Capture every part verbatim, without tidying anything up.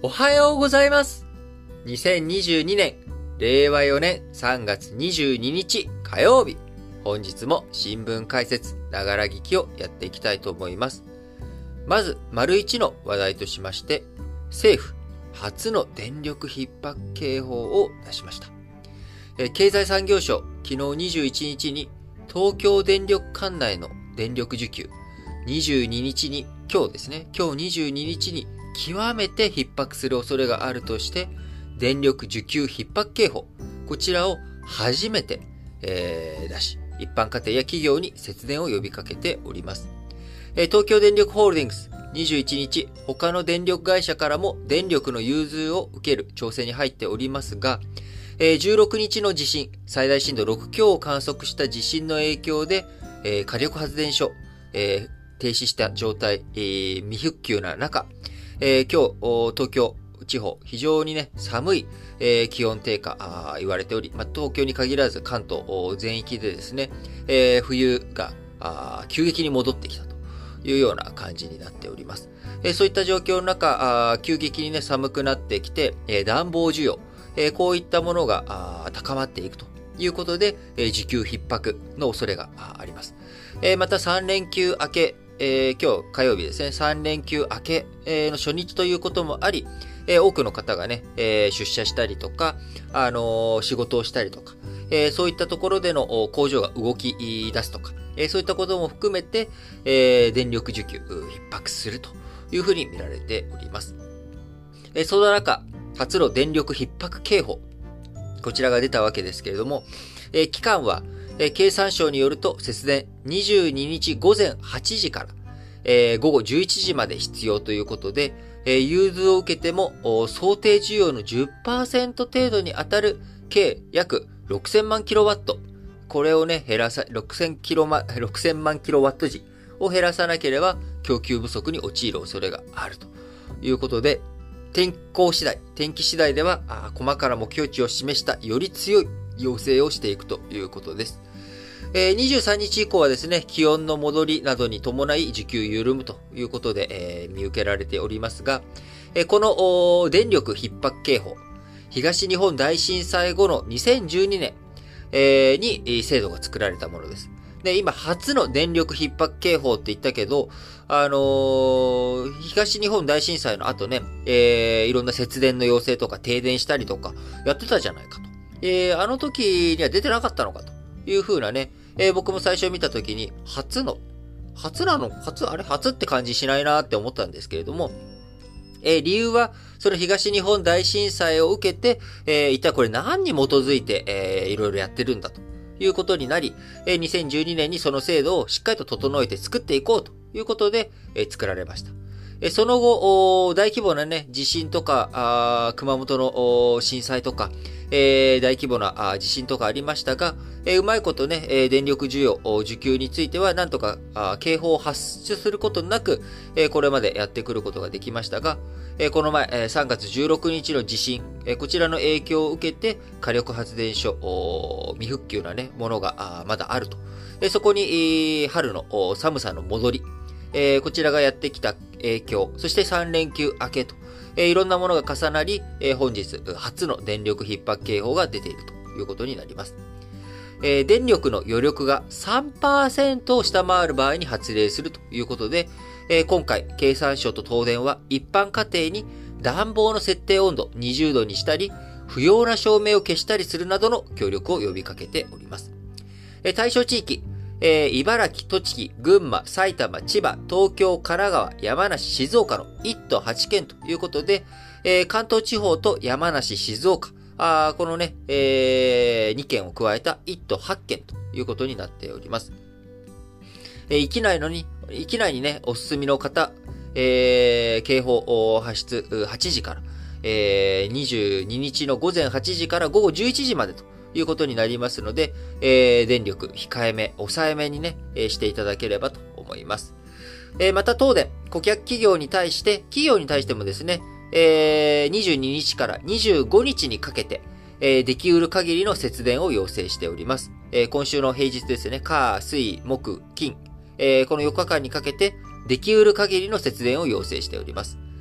おはようございます。にせんにじゅうにねん、れいわよねんさんがつにじゅうににち火曜日。本日も新聞解説、ながら聞きをやっていきたいと思います。まず、丸いちの話題としまして、政府、初の電力逼迫警報を出しました。え経済産業省、昨日にじゅういちにちに東京電力管内の電力需給、にじゅうににちに、今日ですね、今日にじゅうににちに極めて逼迫する恐れがあるとして、電力需給逼迫警報、こちらを初めて、えー、出し、一般家庭や企業に節電を呼びかけております。えー、東京電力ホールディングス、にじゅういちにち、他の電力会社からも電力の融通を受ける調整に入っておりますが、えー、じゅうろくにちの地震、最大震度ろくきょうを観測した地震の影響で、えー、火力発電所、えー、停止した状態、えー、未復旧な中、えー、今日、東京地方、非常にね、寒い、えー、気温低下あ言われており、まあ、東京に限らず関東全域でですね、えー、冬があ急激に戻ってきたというような感じになっております。えー、そういった状況の中、あ急激にね、寒くなってきて、えー、暖房需要、えー、こういったものがあ高まっていくということで、えー、需給逼迫の恐れがあります。えー、またさんれんきゅう明け、えー、今日火曜日ですね、さんれんきゅう明け、えー、の初日ということもあり、えー、多くの方がね、えー、出社したりとか、あのー、仕事をしたりとか、えー、そういったところでの工場が動き出すとか、えー、そういったことも含めて、えー、電力需給逼迫するというふうに見られております。えー、その中、初の電力逼迫警報、こちらが出たわけですけれども、えー、期間は、えー、経産省によると節電にじゅうににちごぜんはちじから、えー、ごごじゅういちじまで必要ということで、えー、融通を受けても想定需要の じゅっパーセント 程度に当たる計約ろくせんまんキロワット。これをね、減らさ、ろくせんキロマ、ろくせんまんキロワット時を減らさなければ供給不足に陥る恐れがあるということで、天候次第、天気次第では、あ細かな目標値を示したより強い要請をしていくということです。えー、にじゅうさんにち以降はですね、気温の戻りなどに伴い需給緩むということで、えー、見受けられておりますが、えー、この電力逼迫警報、東日本大震災後のにせんじゅうにねん、えー、に制度が作られたものです。で、今初の電力逼迫警報って言ったけど、あのー、東日本大震災の後ね、えー、いろんな節電の要請とか停電したりとかやってたじゃないかと。えー、あの時には出てなかったのかという風なね、えー、僕も最初見た時に初の、初なの初あれ初って感じしないなって思ったんですけれども、えー、理由は、その東日本大震災を受けて、えー、一体これ何に基づいて、えー、いろいろやってるんだということになり、えー、にせんじゅうにねんにその制度をしっかりと整えて作っていこうということで、えー、作られました。えー、その後、大規模なね、地震とか、あ熊本の震災とか、えー、大規模なあ地震とかありましたが、えー、うまいことね、えー、電力需要、需給についてはなんとかあ警報を発出することなく、えー、これまでやってくることができましたが、えー、この前、えー、さんがつじゅうろくにちの地震、えー、こちらの影響を受けて火力発電所、未復旧なね、ものがあまだあると。えー、そこに、えー、春の寒さの戻り、えー、こちらがやってきた影響、そしてさんれんきゅう明けと、えー、いろんなものが重なり、えー、本日初の電力逼迫警報が出ているということになります。えー、電力の余力が さんパーセント を下回る場合に発令するということで、えー、今回経産省と東電は一般家庭に暖房の設定温度にじゅうどにしたり、不要な照明を消したりするなどの協力を呼びかけております。えー、対象地域、えー、茨城、栃木、群馬、埼玉、千葉、東京、神奈川、山梨、静岡のいち都はちけんということで、えー、関東地方と山梨、静岡、あこのね、えー、にけんを加えたいち都はちけんということになっております。えー、域内のに、域内にね、お進みの方、えー、警報発出はちじから、えー、にじゅうににちのごぜんはちじからごごじゅういちじまでということになりますので、えー、電力控えめ、抑えめにね、えー、していただければと思います。えー、また東電、顧客企業に対して、企業に対してもですね、えー、にじゅうににちからにじゅうごにちにかけて、えー、できうる限りの節電を要請しております。えー、今週の平日ですね、火、水、木、金、えー、このよっかかんにかけて、できうる限りの節電を要請しております。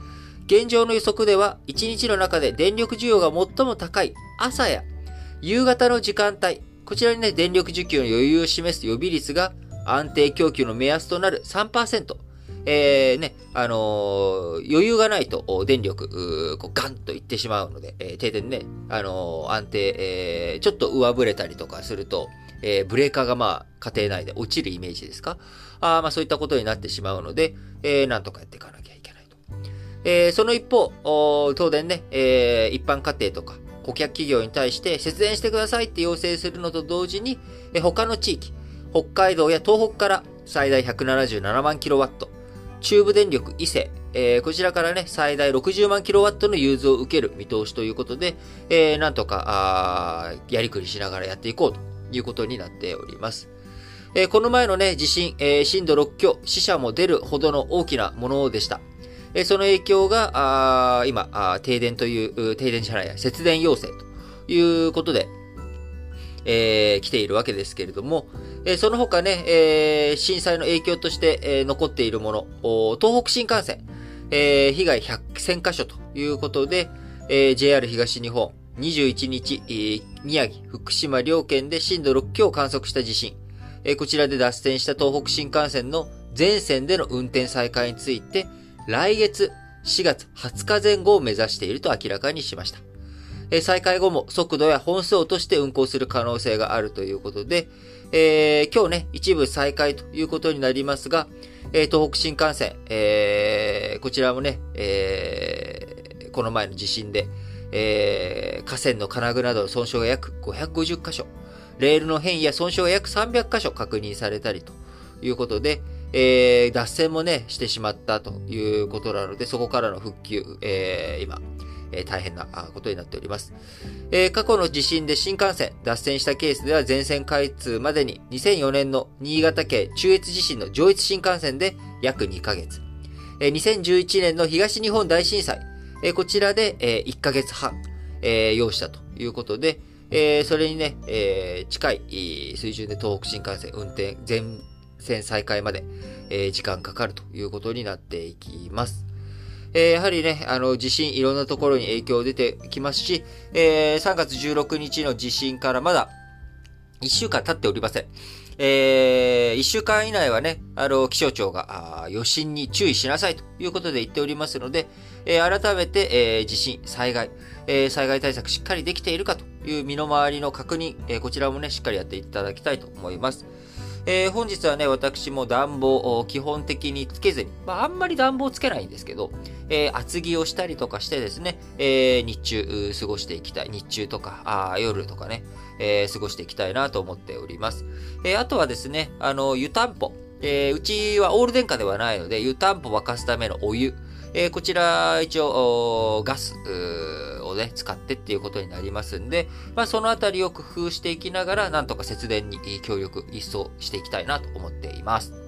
現状の予測では、いちにちの中で電力需要が最も高い朝や夕方の時間帯、こちらにね、電力需給の余裕を示す予備率が安定供給の目安となる さんパーセント。えー、ね、あのー、余裕がないと電力、こうガンといってしまうので、えー、停電ね、あのー、安定、えー、ちょっと上振れたりとかすると、えー、ブレーカーがまあ、家庭内で落ちるイメージですか？あまあ、そういったことになってしまうので、えー、なんとかやっていかなきゃいけないと。えー、その一方、東電ね、えー、一般家庭とか、顧客企業に対して節電してくださいって要請するのと同時に、えー、他の地域、北海道や東北から最大ひゃくななじゅうななまんキロワット、中部電力伊勢、えー、こちらからね、最大ろくじゅうまんキロワットの融通を受ける見通しということで、えー、なんとか、あやりくりしながらやっていこうということになっております。えー、この前のね、地震、えー、震度ろっきょう、死者も出るほどの大きなものでした。えー、その影響が、あ今あ、停電という、停電じゃないや、節電要請ということで、えー、来ているわけですけれども、えー、その他ね、えー、震災の影響として、えー、残っているもの、東北新幹線、えー、被害ひゃく、せんかしょということで、えー、ジェイアール 東日本、にじゅういちにち、えー、宮城、福島両県で震度ろっきょうを観測した地震、えー、こちらで脱線した東北新幹線の全線での運転再開について、来月しがつはつかぜん後を目指していると明らかにしました。再開後も速度や本数を落として運行する可能性があるということで、えー、今日ね、一部再開ということになりますが、えー、東北新幹線、えー、こちらもね、えー、この前の地震で、えー、架線の金具などの損傷が約ごひゃくごじゅっかしょ、レールの変異や損傷が約さんびゃっかしょ確認されたりということで、えー、脱線もね、してしまったということなので、そこからの復旧、えー、今、えー、大変なことになっております。えー、過去の地震で新幹線脱線したケースでは全線開通までににせんよねんの新潟県中越地震の上越新幹線で約にかげつ、えー、にせんじゅういちねんの東日本大震災、えー、こちらで、えー、いっかげつはん、えー、要したということで、えー、それにね、えー、近い水準で東北新幹線運転全線再開まで、えー、時間かかるということになっていきます。えー、やはりね、あの、地震いろんなところに影響出てきますし、えー、さんがつじゅうろくにちの地震からまだいっしゅうかん経っておりません。えー、いっしゅうかん以内はね、あの、気象庁が余震に注意しなさいということで言っておりますので、えー、改めて、えー、地震、災害、えー、災害対策しっかりできているかという身の回りの確認、えー、こちらもね、しっかりやっていただきたいと思います。えー、本日はね、私も暖房を基本的につけずに、まあ、あんまり暖房つけないんですけど、えー、厚着をしたりとかしてですね、えー、日中過ごしていきたい。日中とか、あ夜とかね、えー、過ごしていきたいなと思っております。えー、あとはですね、あの、湯たんぽ。えー、うちはオール電化ではないので、湯たんぽ沸かすためのお湯。えー、こちら、一応、ガスをね、使ってっていうことになりますんで、まあ、そのあたりを工夫していきながら、なんとか節電に協力一層していきたいなと思っています。